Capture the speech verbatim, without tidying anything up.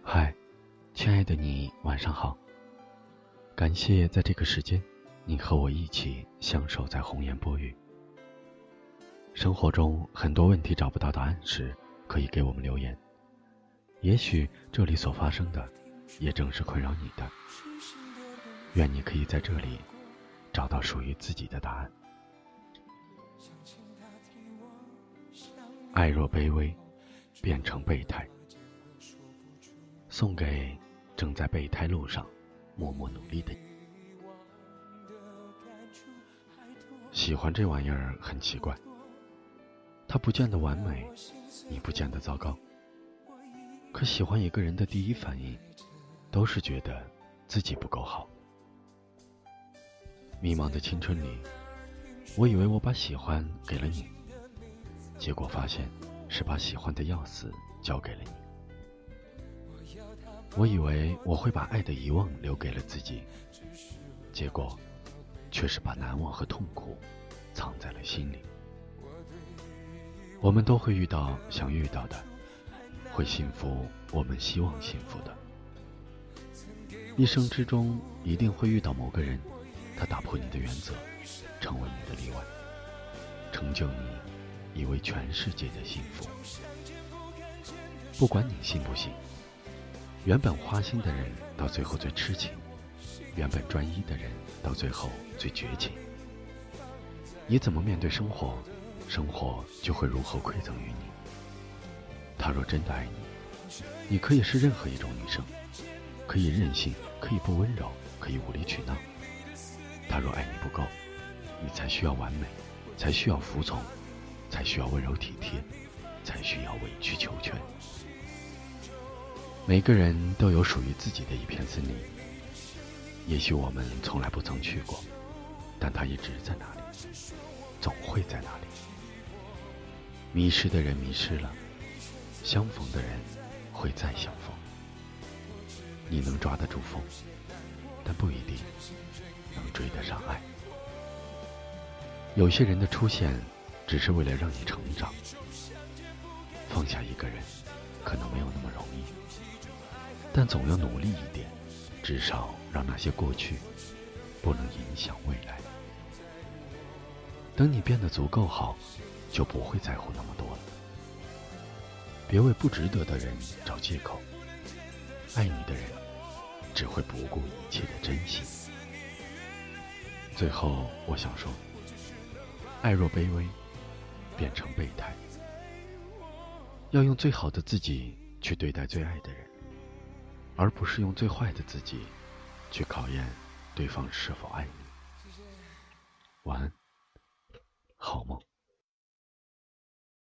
嗨，亲爱的你，晚上好。感谢在这个时间，你和我一起相守在红颜薄雨。生活中很多问题找不到答案时，可以给我们留言。也许这里所发生的，也正是困扰你的。愿你可以在这里找到属于自己的答案。爱若卑微，变成备胎。送给正在备胎路上默默努力的你。喜欢这玩意儿很奇怪，它不见得完美，你不见得糟糕。可喜欢一个人的第一反应，都是觉得自己不够好。迷茫的青春里，我以为我把喜欢给了你，结果发现是把喜欢的要死交给了你。我以为我会把爱的遗忘留给了自己，结果却是把难忘和痛苦藏在了心里。我们都会遇到想遇到的，会幸福我们希望幸福的。一生之中一定会遇到某个人，他打破你的原则，成为你的例外，成就你以为全世界的幸福。不管你信不信，原本花心的人到最后最痴情，原本专一的人到最后最绝情。你怎么面对生活，生活就会如何馈赠于你。他若真的爱你，你可以是任何一种女生，可以任性，可以不温柔，可以无理取闹。他若爱你不够，你才需要完美，才需要服从，才需要温柔体贴，才需要委曲求全。每个人都有属于自己的一片森林，也许我们从来不曾去过，但它一直在那里，总会在那里。迷失的人迷失了，相逢的人会再相逢。你能抓得住风，但不一定能追得上爱。有些人的出现只是为了让你成长。放下一个人可能没有那么容易，但总要努力一点，至少让那些过去不能影响未来。等你变得足够好，就不会在乎那么多了。别为不值得的人找借口，爱你的人只会不顾一切的珍惜。最后我想说，爱若卑微，变成备胎。要用最好的自己去对待最爱的人，而不是用最坏的自己去考验对方是否爱你。